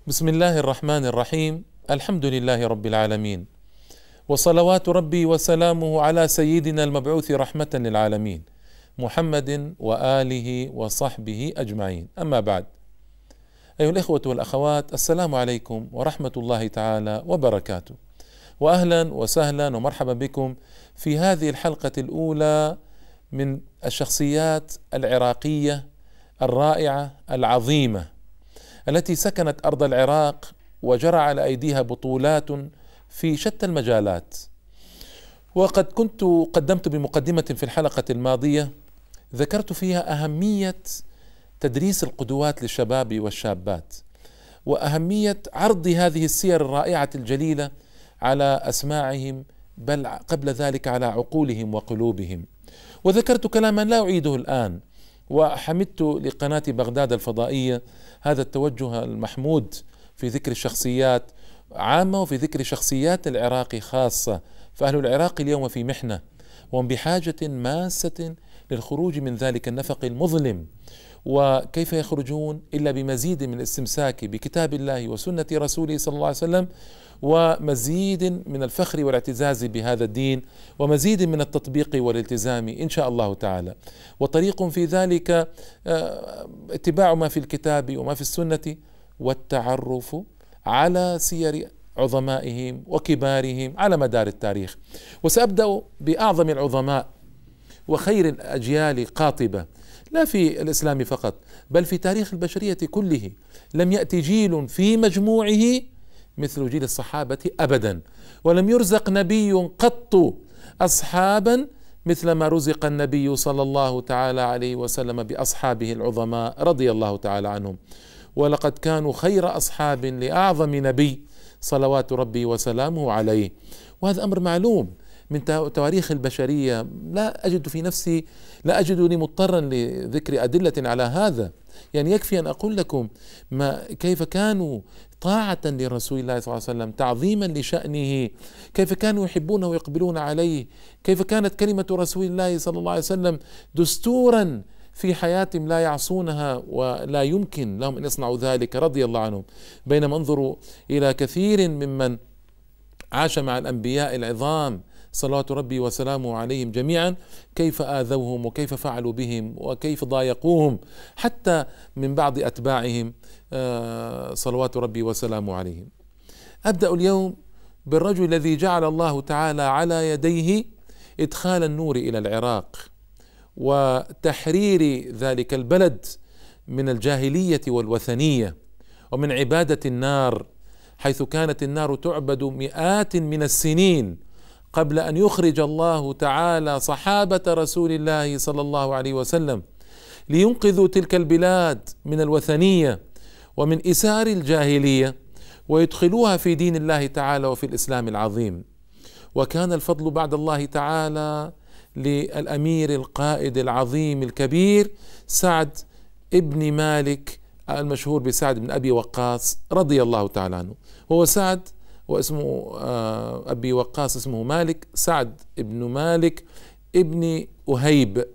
بسم الله الرحمن الرحيم. الحمد لله رب العالمين، وصلوات ربي وسلامه على سيدنا المبعوث رحمة للعالمين محمد وآله وصحبه أجمعين. أما بعد، أيها الإخوة والأخوات، السلام عليكم ورحمة الله تعالى وبركاته، وأهلا وسهلا ومرحبا بكم في هذه الحلقة الأولى من الشخصيات العراقية الرائعة العظيمة التي سكنت أرض العراق وجرى على أيديها بطولات في شتى المجالات. وقد كنت قدمت بمقدمة في الحلقة الماضية ذكرت فيها أهمية تدريس القدوات للشباب والشابات، وأهمية عرض هذه السير الرائعة الجليلة على أسماعهم، بل قبل ذلك على عقولهم وقلوبهم. وذكرت كلاما لا أعيده الآن، وحمدت لقناة بغداد الفضائية هذا التوجه المحمود في ذكر الشخصيات عامة وفي ذكر شخصيات العراق خاصة. فأهل العراق اليوم في محنة، وهم بحاجة ماسة للخروج من ذلك النفق المظلم. وكيف يخرجون إلا بمزيد من الاستمساك بكتاب الله وسنة رسوله صلى الله عليه وسلم، ومزيد من الفخر والاعتزاز بهذا الدين، ومزيد من التطبيق والالتزام إن شاء الله تعالى. وطريق في ذلك اتباع ما في الكتاب وما في السنة، والتعرف على سير عظمائهم وكبارهم على مدار التاريخ. وسأبدأ بأعظم العظماء وخير الأجيال قاطبة، لا في الإسلام فقط بل في تاريخ البشرية كله. لم يأتي جيل في مجموعه مثل جيل الصحابة أبدا، ولم يرزق نبي قط أصحابا مثل ما رزق النبي صلى الله تعالى عليه وسلم بأصحابه العظماء رضي الله تعالى عنهم. ولقد كانوا خير أصحاب لأعظم نبي صلوات ربي وسلامه عليه. وهذا أمر معلوم من تواريخ البشرية، لا أجدني مضطرا لذكر أدلة على هذا. يعني يكفي أن أقول لكم كيف كانوا طاعة لرسول الله صلى الله عليه وسلم، تعظيما لشأنه، كيف كانوا يحبونه ويقبلون عليه، كيف كانت كلمة رسول الله صلى الله عليه وسلم دستورا في حياتهم لا يعصونها ولا يمكن لهم أن يصنعوا ذلك رضي الله عنهم. بينما انظروا إلى كثير ممن عاش مع الأنبياء العظام صلوات ربي وسلامه عليهم جميعا، كيف آذوهم وكيف فعلوا بهم وكيف ضايقوهم، حتى من بعض أتباعهم صلوات ربي وسلامه عليهم. أبدأ اليوم بالرجل الذي جعل الله تعالى على يديه إدخال النور إلى العراق وتحرير ذلك البلد من الجاهلية والوثنية ومن عبادة النار، حيث كانت النار تعبد مئات من السنين قبل أن يخرج الله تعالى صحابة رسول الله صلى الله عليه وسلم لينقذوا تلك البلاد من الوثنية ومن إسار الجاهلية ويدخلوها في دين الله تعالى وفي الإسلام العظيم. وكان الفضل بعد الله تعالى للأمير القائد العظيم الكبير سعد ابن مالك المشهور بسعد بن أبي وقاص رضي الله تعالى عنه. هو سعد واسمه أبي وقاص اسمه مالك، سعد ابن مالك ابن أهيب،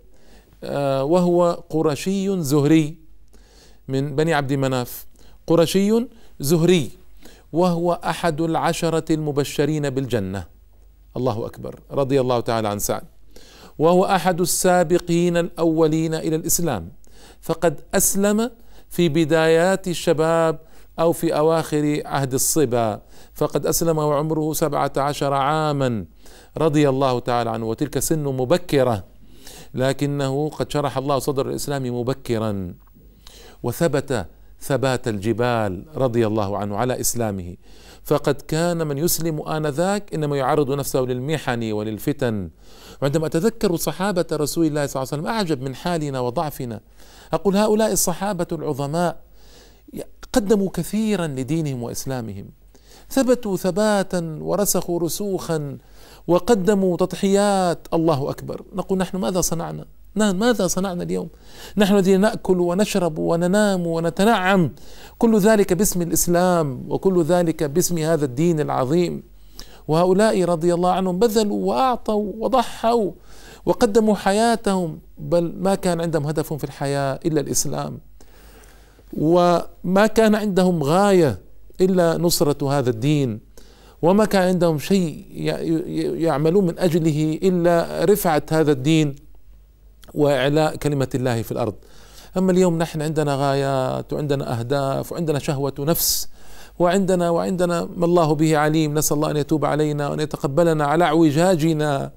وهو قرشي زهري من بني عبد مناف، قرشي زهري، وهو أحد العشرة المبشرين بالجنة. الله أكبر، رضي الله تعالى عن سعد. وهو أحد السابقين الأولين إلى الإسلام، فقد أسلم في بدايات الشباب أو في أواخر عهد الصبا، فقد أسلم وعمره 17 عاما رضي الله تعالى عنه، وتلك سن مبكرة، لكنه قد شرح الله صدر الإسلام مبكرا وثبت ثبات الجبال رضي الله عنه على إسلامه. فقد كان من يسلم آنذاك إنما يعرض نفسه للمحن وللفتن. وعندما أتذكر صحابة رسول الله صلى الله عليه وسلم أعجب من حالنا وضعفنا. أقول هؤلاء الصحابة العظماء قدموا كثيرا لدينهم وإسلامهم، ثبتوا ثباتا ورسخوا رسوخا وقدموا تضحيات. الله أكبر. نقول نحن ماذا صنعنا؟ ماذا صنعنا اليوم؟ نحن الذين نأكل ونشرب وننام ونتنعم، كل ذلك باسم الإسلام وكل ذلك باسم هذا الدين العظيم. وهؤلاء رضي الله عنهم بذلوا وأعطوا وضحوا وقدموا حياتهم، بل ما كان عندهم هدف في الحياة إلا الإسلام، وما كان عندهم غاية إلا نصرة هذا الدين، وما كان عندهم شيء يعملون من أجله إلا رفعة هذا الدين وإعلاء كلمة الله في الأرض. أما اليوم نحن عندنا غايات وعندنا أهداف وعندنا شهوة نفس وعندنا ما الله به عليم، نسأل الله أن يتوب علينا وأن يتقبلنا على اعوجاجنا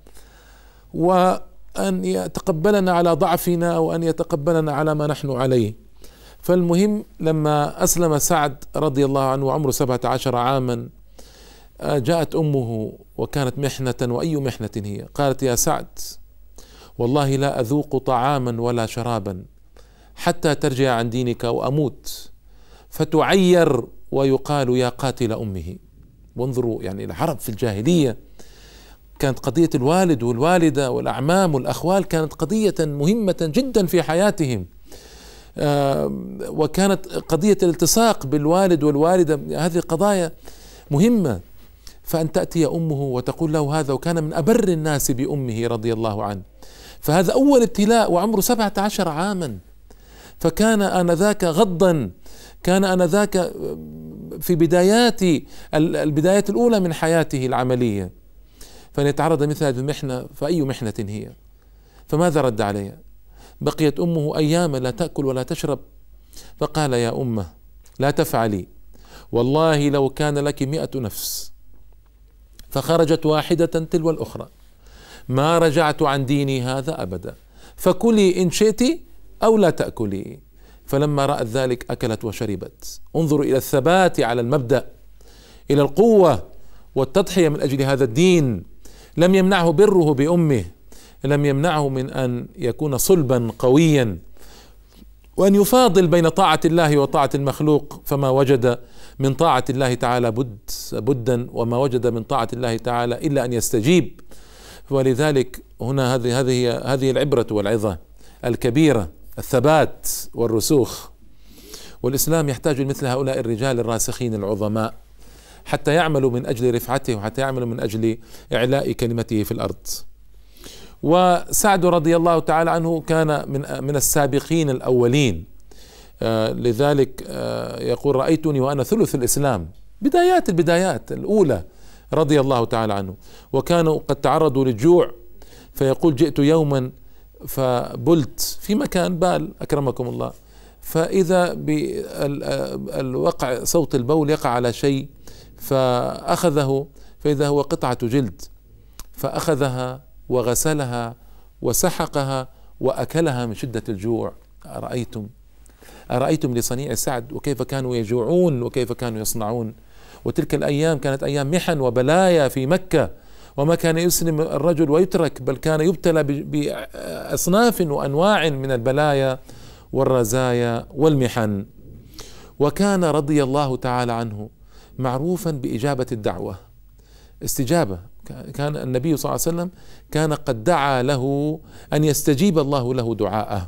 وأن يتقبلنا على ضعفنا وأن يتقبلنا على ما نحن عليه. فالمهم لما أسلم سعد رضي الله عنه وعمره 17 عاما، جاءت أمه وكانت محنة، وأي محنة هي، قالت: يا سعد والله لا أذوق طعاما ولا شرابا حتى ترجع عن دينك وأموت، فتعير ويقال يا قاتل أمه. وانظروا يعني العرب في الجاهلية كانت قضية الوالد والوالدة والأعمام والأخوال كانت قضية مهمة جدا في حياتهم، وكانت قضية الالتصاق بالوالد والوالدة هذه قضايا مهمة. فأن تأتي أمه وتقول له هذا، وكان من أبر الناس بأمه رضي الله عنه، فهذا أول ابتلاء وعمره 17 عاما، فكان آنذاك غضا، كان آنذاك في البدايات الأولى من حياته العملية، فأن يتعرض مثل هذه المحنة، فأي محنة هي؟ فماذا رد عليها؟ بقيت أمه أياما لا تأكل ولا تشرب، فقال: يا أمه لا تفعلي، والله لو كان لك 100 نفس فخرجت واحدة تلو الأخرى ما رجعت عن ديني هذا أبدا، فكلي إن شئت أو لا تأكلي. فلما رأت ذلك أكلت وشربت. انظروا إلى الثبات على المبدأ، إلى القوة والتضحية من أجل هذا الدين. لم يمنعه بره بأمه، لم يمنعه من أن يكون صلبا قويا وأن يفاضل بين طاعة الله وطاعة المخلوق، فما وجد من طاعة الله تعالى بدا، وما وجد من طاعة الله تعالى إلا أن يستجيب. ولذلك هنا هذه العبرة والعظة الكبيرة، الثبات والرسوخ. والإسلام يحتاج مثل هؤلاء الرجال الراسخين العظماء حتى يعملوا من أجل رفعته وحتى يعملوا من أجل إعلاء كلمته في الأرض. وسعد رضي الله تعالى عنه كان من السابقين الأولين، لذلك يقول: رأيتني وأنا ثلث الإسلام، البدايات الأولى رضي الله تعالى عنه. وكانوا قد تعرضوا للجوع، فيقول: جئت يوما فبلت في مكان بال أكرمكم الله، فإذا بالوقع صوت البول يقع على شيء، فأخذه فإذا هو قطعة جلد، فأخذها وغسلها وسحقها وأكلها من شدة الجوع. أرأيتم لصنيع سعد وكيف كانوا يجوعون وكيف كانوا يصنعون. وتلك الأيام كانت أيام محن وبلايا في مكة، وما كان يسلم الرجل ويترك، بل كان يبتلى بأصناف وأنواع من البلايا والرزايا والمحن. وكان رضي الله تعالى عنه معروفا بإجابة الدعوة، استجابة. كان النبي صلى الله عليه وسلم كان قد دعا له أن يستجيب الله له دعاءه،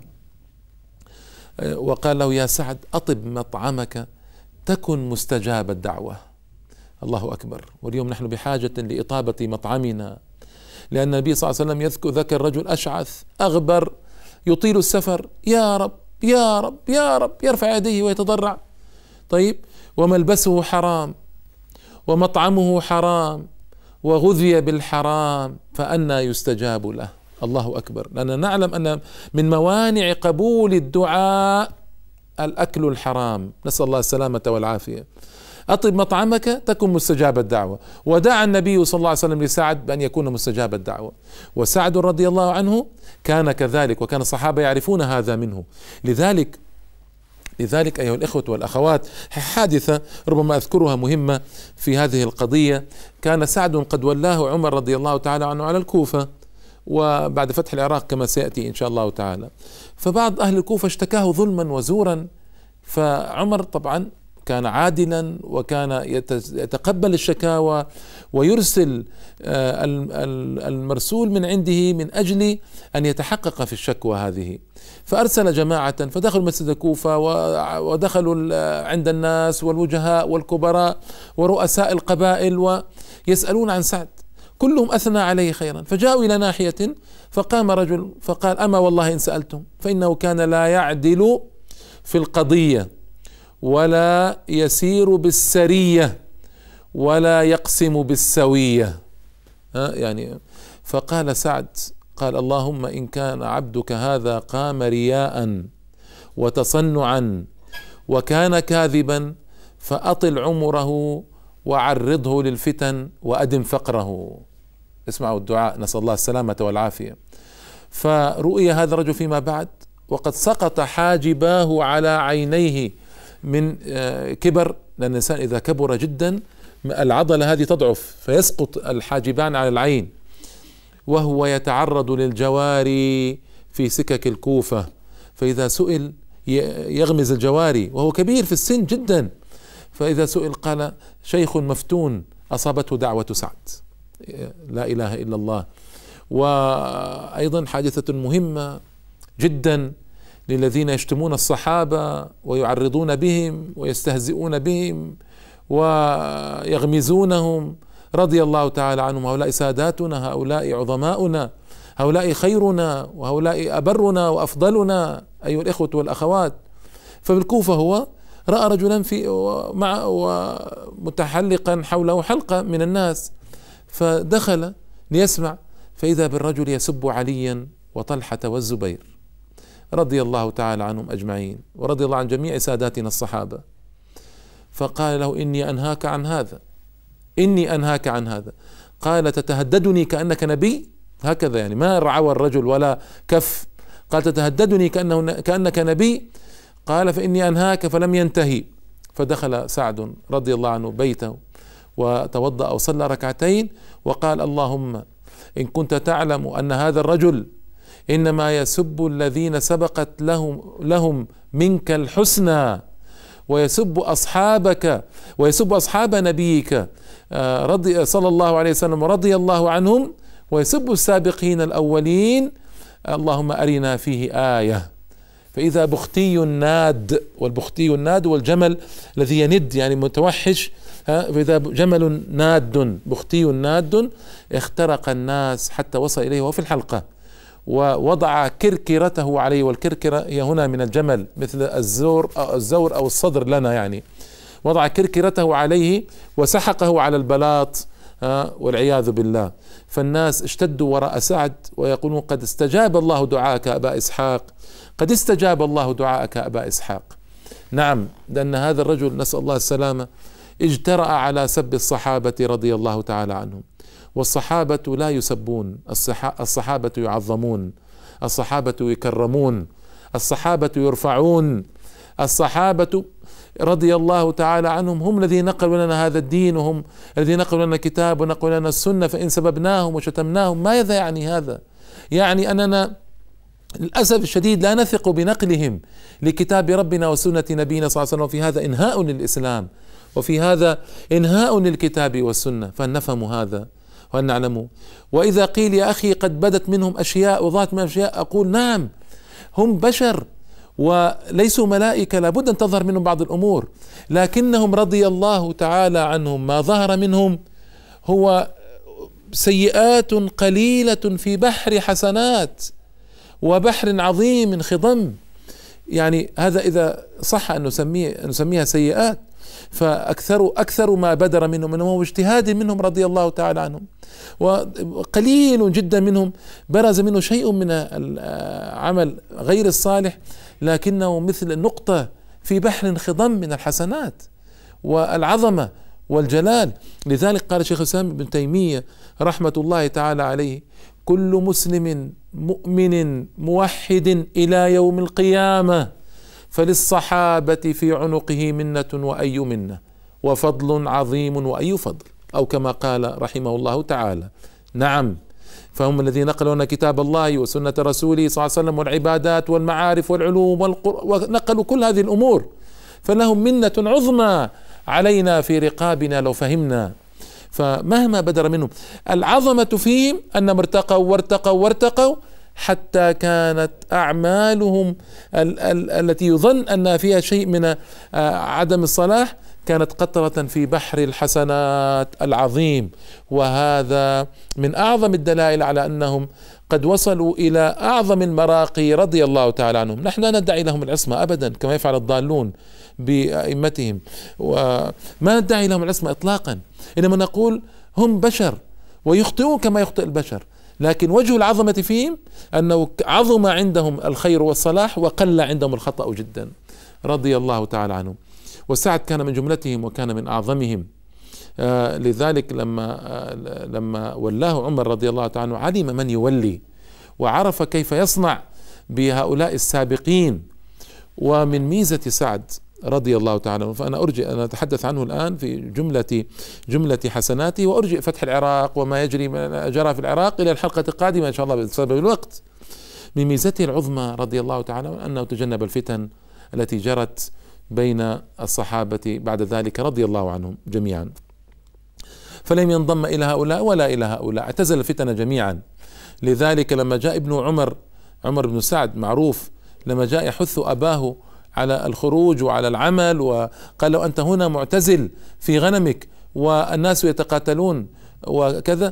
وقال له: يا سعد أطب مطعمك تكن مستجاب الدعوة. الله أكبر. واليوم نحن بحاجة لإطابة مطعمنا، لأن النبي صلى الله عليه وسلم ذكر رجل أشعث أغبر يطيل السفر: يا رب يا رب يا رب، يرفع يديه ويتضرع. طيب، وملبسه حرام ومطعمه حرام وغذي بالحرام، فأنى يستجاب له؟ الله أكبر. لأننا نعلم أن من موانع قبول الدعاء الأكل الحرام، نسأل الله السلامة والعافية. أطب مطعمك تكن مستجاب الدعوة. ودعا النبي صلى الله عليه وسلم لسعد بأن يكون مستجاب الدعوة، وسعد رضي الله عنه كان كذلك، وكان الصحابة يعرفون هذا منه. لذلك أيها الإخوة والأخوات، حادثة ربما أذكرها مهمة في هذه القضية. كان سعد قد ولاه عمر رضي الله تعالى عنه على الكوفة، وبعد فتح العراق كما سيأتي إن شاء الله تعالى. فبعض أهل الكوفة اشتكاه ظلما وزورا، فعمر طبعا كان عادلا وكان يتقبل الشكاوى ويرسل المرسول من عنده من أجل أن يتحقق في الشكوى هذه. فأرسل جماعة فدخلوا مسجد الكوفة ودخلوا عند الناس والوجهاء والكبراء ورؤساء القبائل ويسألون عن سعد، كلهم أثنى عليه خيرا. فجاءوا إلى ناحية فقام رجل فقال: أما والله إن سألتم فإنه كان لا يعدل في القضية ولا يسير بالسرية ولا يقسم بالسوية. يعني فقال سعد قال اللهم إن كان عبدك هذا قام رياء وتصنعا وكان كاذبا فأطل عمره وعرضه للفتن وأدم فقره. اسمعوا الدعاء، نسأل الله السلامة والعافية. فرؤي هذا الرجل فيما بعد وقد سقط حاجباه على عينيه من كبر، لأن الإنسان إذا كبر جدا العضلة هذه تضعف فيسقط الحاجبان على العين، وهو يتعرض للجواري في سكك الكوفة، فإذا سئل يغمز الجواري وهو كبير في السن جدا، فإذا سئل قال شيخ مفتون أصابته دعوة سعد، لا إله إلا الله. وأيضا حادثة مهمة جدا للذين يشتمون الصحابة ويعرضون بهم ويستهزئون بهم ويغمزونهم رضي الله تعالى عنهم. هؤلاء ساداتنا، هؤلاء عظماؤنا، هؤلاء خيرنا، وهؤلاء أبرنا وأفضلنا أيها الإخوة والأخوات. فبالكوفة هو رأى رجلا في ومتحلقا حوله حلقة من الناس، فدخل ليسمع، فإذا بالرجل يسب عليا وطلحة والزبير رضي الله تعالى عنهم أجمعين، ورضي الله عن جميع ساداتنا الصحابة. فقال له إني أنهاك عن هذا، إني أنهاك عن هذا. قال تتهددني كأنك نبي، هكذا يعني ما رعوى الرجل ولا كف، قال تتهددني كأنك نبي. قال فإني أنهاك، فلم ينتهي. فدخل سعد رضي الله عنه بيته وتوضأ وصلى ركعتين وقال اللهم إن كنت تعلم أن هذا الرجل إنما يسب الذين سبقت لهم منك الحسنى ويسب أصحابك ويسب أصحاب نبيك صلى الله عليه وسلم رضي الله عنهم ويسب السابقين الأولين، اللهم أرنا فيه آية. فإذا بختي ناد، والبختي الناد والجمل الذي يند يعني متوحش، فإذا جمل ناد بختي ناد اخترق الناس حتى وصل إليه وهو في الحلقة، ووضع كركرته عليه، والكركرة هي هنا من الجمل مثل الزور أو الصدر لنا يعني، وضع كركرته عليه وسحقه على البلاط والعياذ بالله. فالناس اشتدوا وراء سعد ويقولون قد استجاب الله دعاءك أبا إسحاق، قد استجاب الله دعاءك أبا إسحاق. نعم، لأن هذا الرجل نسأل الله السلامة اجترأ على سب الصحابة رضي الله تعالى عنهم. والصحابة لا يسبون، الصحابة يعظمون، الصحابة يكرمون، الصحابة يرفعون، الصحابة رضي الله تعالى عنهم هم الذين نقلوا لنا هذا الدين، وهم الذين نقلوا لنا الكتاب ونقلوا لنا السنة. فإن سببناهم وشتمناهم ماذا يعني هذا؟ يعني أننا للأسف الشديد لا نثق بنقلهم لكتاب ربنا وسنة نبينا صلى الله عليه وسلم، وفي هذا إنهاء للإسلام، وفي هذا إنهاء للكتاب والسنة. فنفهم هذا وأن نعلمه. وإذا قيل يا أخي قد بدت منهم أشياء وظهرت من أشياء، أقول نعم، هم بشر وليسوا ملائكة، لابد أن تظهر منهم بعض الأمور، لكنهم رضي الله تعالى عنهم ما ظهر منهم هو سيئات قليلة في بحر حسنات وبحر عظيم خضم. يعني هذا إذا صح أن نسميها سيئات، فأكثر ما بدر منهم هو اجتهاد منهم رضي الله تعالى عنهم، وقليل جدا منهم برز منه شيء من العمل غير الصالح، لكنه مثل نقطة في بحر خضم من الحسنات والعظمة والجلال. لذلك قال شيخ الإسلام ابن تيمية رحمة الله تعالى عليه كل مسلم مؤمن موحد إلى يوم القيامة فللصحابة في عنقه منة وأي منة وفضل عظيم وأي فضل، أو كما قال رحمه الله تعالى. نعم، فهم الذين نقلوا لنا كتاب الله وسنة رسوله صلى الله عليه وسلم والعبادات والمعارف والعلوم ونقلوا كل هذه الأمور، فلهم منة عظمى علينا في رقابنا لو فهمنا. فمهما بدر منهم العظمة فيهم أنهم ارتقوا حتى كانت أعمالهم التي يظن أن فيها شيء من عدم الصلاح كانت قطرة في بحر الحسنات العظيم. وهذا من أعظم الدلائل على أنهم قد وصلوا إلى أعظم المراقي رضي الله تعالى عنهم. نحن لا ندعي لهم العصمة أبدا كما يفعل الضالون بأئمتهم، وما ندعي لهم العصمة إطلاقا، إنما نقول هم بشر ويخطئون كما يخطئ البشر، لكن وجه العظمة فيهم أنه عظم عندهم الخير والصلاح وقل عندهم الخطأ جدا رضي الله تعالى عنهم. وسعد كان من جملتهم وكان من أعظمهم. لذلك لما ولاه عمر رضي الله تعالى عنه علم من يولي وعرف كيف يصنع بهؤلاء السابقين. ومن ميزة سعد رضي الله تعالى عنه، فأنا أرجئ أن أتحدث عنه الآن في جملة حسناته، وأرجئ فتح العراق وما جرى في العراق إلى الحلقة القادمة إن شاء الله بسبب الوقت. من ميزته العظمى رضي الله تعالى عنه أنه تجنب الفتن التي جرت بين الصحابة بعد ذلك رضي الله عنهم جميعا، فلم ينضم إلى هؤلاء ولا إلى هؤلاء، اعتزل الفتن جميعا. لذلك لما جاء ابن عمر بن سعد معروف، لما جاء يحث أباه على الخروج وعلى العمل، وقال له أنت هنا معتزل في غنمك والناس يتقاتلون وكذا،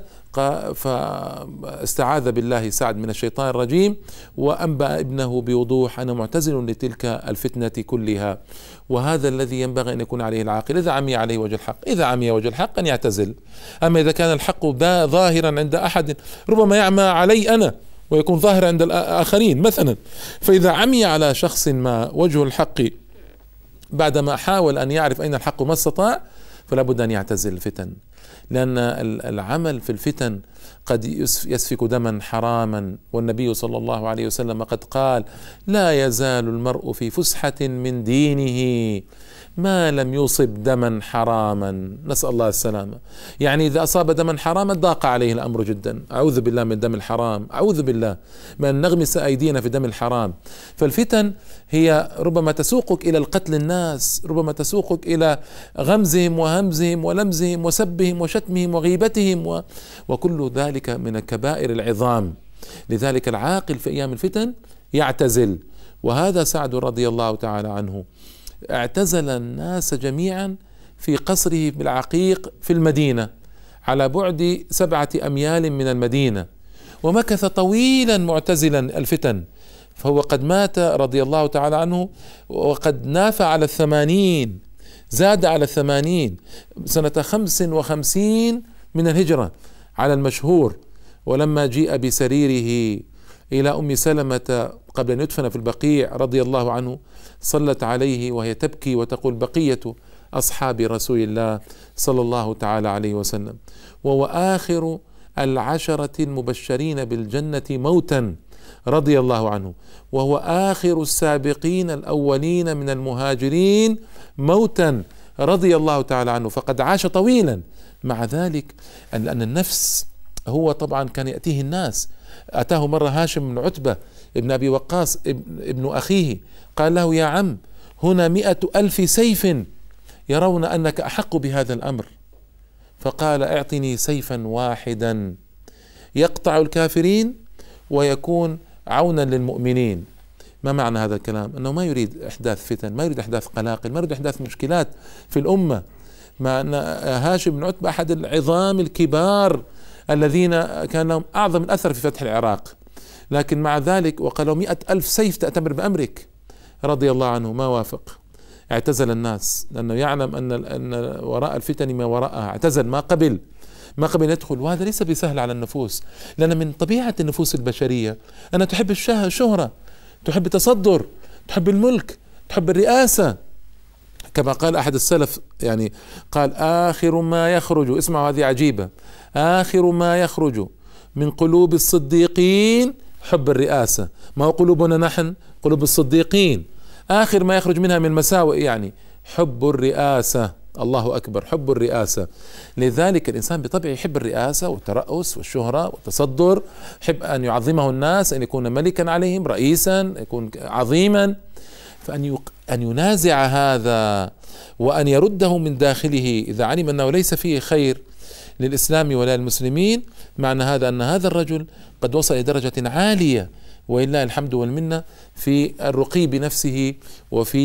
فاستعاذ بالله سعد من الشيطان الرجيم، وأنبأ ابنه بوضوح أنا معتزل لتلك الفتنة كلها. وهذا الذي ينبغي أن يكون عليه العاقل إذا عمي عليه وجه الحق. إذا عمي وجه الحق أن يعتزل، أما إذا كان الحق ظاهرا عند أحد ربما يعمى علي أنا ويكون ظاهر عند الآخرين مثلا. فإذا عمي على شخص ما وجه الحق بعدما حاول أن يعرف أين الحق ما استطاع، فلا بد أن يعتزل الفتن، لأن العمل في الفتن قد يسفك دما حراما. والنبي صلى الله عليه وسلم قد قال لا يزال المرء في فسحة من دينه ما لم يصب دما حراما، نسأل الله السلامة. يعني إذا أصاب دما حراما ضاق عليه الأمر جدا، أعوذ بالله من الدم الحرام، أعوذ بالله من أن نغمس أيدينا في دم الحرام. فالفتن هي ربما تسوقك إلى القتل الناس، ربما تسوقك إلى غمزهم وهمزهم ولمزهم وسبهم وشتمهم وغيبتهم وكل ذلك من الكبائر العظام. لذلك العاقل في أيام الفتن يعتزل، وهذا سعد رضي الله تعالى عنه اعتزل الناس جميعا في قصره بالعقيق في المدينة على بعد 7 أميال من المدينة، ومكث طويلا معتزلا الفتن. فهو قد مات رضي الله تعالى عنه وقد ناف على 80، زاد على 80 سنة 55 من الهجرة على المشهور. ولما جيء بسريره إلى أم سلمة قبل أن يدفن في البقيع رضي الله عنه، صلت عليه وهي تبكي وتقول بقية أصحاب رسول الله صلى الله تعالى عليه وسلم، وهو آخر 10 المبشرين بالجنة موتا رضي الله عنه، وهو آخر السابقين الأولين من المهاجرين موتا رضي الله تعالى عنه، فقد عاش طويلا. مع ذلك أن النفس، هو طبعا كان يأتيه الناس، أتاه مرة هاشم بن عتبة ابن أبي وقاص ابن أخيه، قال له يا عم هنا 100,000 سيف يرون أنك أحق بهذا الأمر، فقال اعطني سيفا واحدا يقطع الكافرين ويكون عونا للمؤمنين. ما معنى هذا الكلام؟ أنه ما يريد إحداث فتن، ما يريد إحداث قلاقل، ما يريد إحداث مشكلات في الأمة. مع أن هاشم بن عتبة أحد العظام الكبار الذين كان لهم أعظم الأثر في فتح العراق، لكن مع ذلك وقال له 100,000 سيف تأتمر بأمرك، رضي الله عنه ما وافق، اعتزل الناس لأنه يعلم أن وراء الفتن ما وراءها، اعتزل، ما قبل يدخل. وهذا ليس بسهل على النفوس، لأن من طبيعة النفوس البشرية أنها تحب الشهرة، تحب التصدر، تحب الملك، تحب الرئاسة. كما قال أحد السلف، يعني قال آخر ما يخرج، اسمعوا هذه عجيبة، آخر ما يخرج من قلوب الصديقين حب الرئاسة. ما هو قلوبنا نحن، قلوب الصديقين آخر ما يخرج منها من مساوئ يعني حب الرئاسة. الله أكبر، حب الرئاسة. لذلك الإنسان بطبعه يحب الرئاسة والترأس والشهرة والتصدر، يحب أن يعظمه الناس، أن يكون ملكا عليهم، رئيسا، يكون عظيما. فأن ينازع هذا وأن يرده من داخله إذا علم أنه ليس فيه خير للإسلام ولا للمسلمين، معنى هذا أن هذا الرجل قد وصل إلى درجة عالية ولله الحمد والمنة في الرقي بنفسه وفي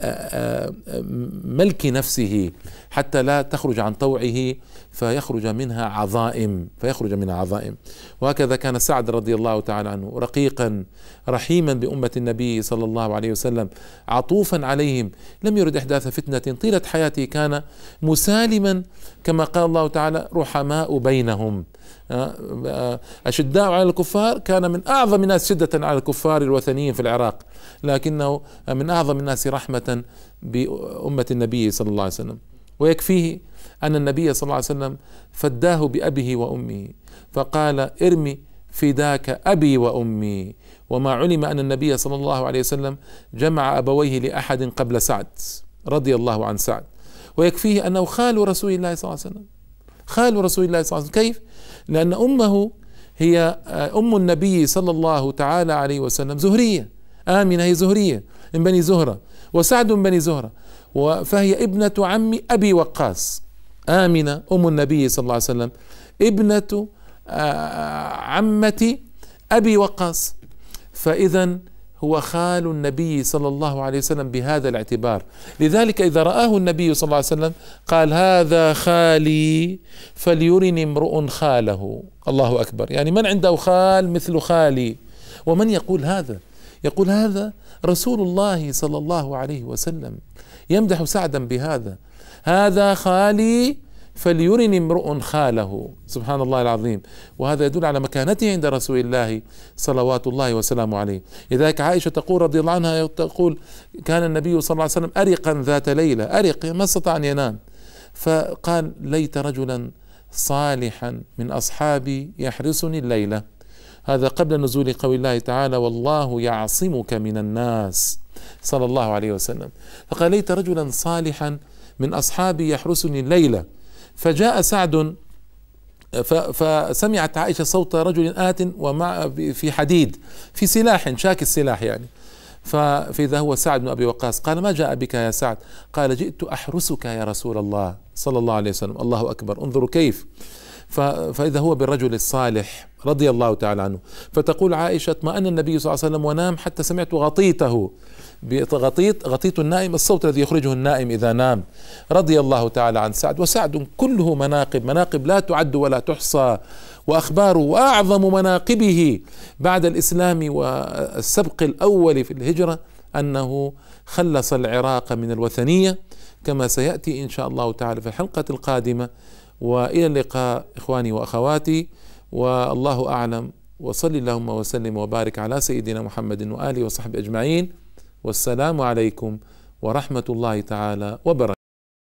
ملك نفسه حتى لا تخرج عن طوعه فيخرج منها عظائم. وهكذا كان سعد رضي الله تعالى عنه رقيقا رحيما بأمة النبي صلى الله عليه وسلم، عطوفا عليهم، لم يرد إحداث فتنة طيلة حياته، كان مسالما كما قال الله تعالى رحماء بينهم. أشداء على الكفار، كان من أعظم الناس شدة على الكفار الوثنيين في العراق، لكنه من أعظم الناس رحمة بأمة النبي صلى الله عليه وسلم. ويكفيه أن النبي صلى الله عليه وسلم فداه بأبيه وأمه فقال ارمي فداك أبي وأمي، وما علم أن النبي صلى الله عليه وسلم جمع أبويه لأحد قبل سعد رضي الله عن سعد. ويكفيه أنه خال رسول الله صلى الله عليه وسلم، خال رسول الله صلى الله عليه وسلم. كيف؟ لأن أمه هي أم النبي صلى الله تعالى عليه وسلم زهرية، آمنة هي زهرية من بني زهرة، وسعد من بني زهرة، فهي ابنة عم أبي وقاص. آمنة أم النبي صلى الله عليه وسلم ابنة عمة أبي وقاص، فإذا هو خال النبي صلى الله عليه وسلم بهذا الاعتبار. لذلك إذا رآه النبي صلى الله عليه وسلم قال هذا خالي فليرني امرؤ خاله. الله أكبر، يعني من عنده خال مثل خالي؟ ومن يقول هذا؟ يقول هذا رسول الله صلى الله عليه وسلم يمدح سعدا بهذا، هذا خالي فليرني امرؤ خاله. سبحان الله العظيم. وهذا يدل على مكانته عند رسول الله صلوات الله وسلامه عليه. لذلك عائشة تقول رضي الله عنها، تقول كان النبي صلى الله عليه وسلم أرقا ذات ليلة، أرق ما استطاع أن ينام، فقال ليت رجلا صالحا من أصحابي يحرسني الليلة. هذا قبل نزول قول الله تعالى والله يعصمك من الناس صلى الله عليه وسلم. فقال ليت رجلا صالحا من أصحابي يحرسني الليلة. فجاء سعد فسمعت عائشة صوت رجل آت ومع في حديد في سلاح، شاك السلاح يعني، فإذا هو سعد بن أبي وقاص. قال ما جاء بك يا سعد؟ قال جئت أحرسك يا رسول الله صلى الله عليه وسلم. الله أكبر، انظروا كيف. فإذا هو بالرجل الصالح رضي الله تعالى عنه. فتقول عائشة اطمأن النبي صلى الله عليه وسلم ونام حتى سمعت غطيته، غطيط النائم، الصوت الذي يخرجه النائم إذا نام، رضي الله تعالى عن سعد. وسعد كله مناقب لا تعد ولا تحصى، وأخباره وأعظم مناقبه بعد الإسلام والسبق الأول في الهجرة أنه خلص العراق من الوثنية، كما سيأتي إن شاء الله تعالى في الحلقة القادمة. وإلى اللقاء إخواني وأخواتي، والله أعلم، وصلي اللهم وسلم وبارك على سيدنا محمد وآله وصحبه أجمعين، والسلام عليكم ورحمة الله تعالى وبركاته.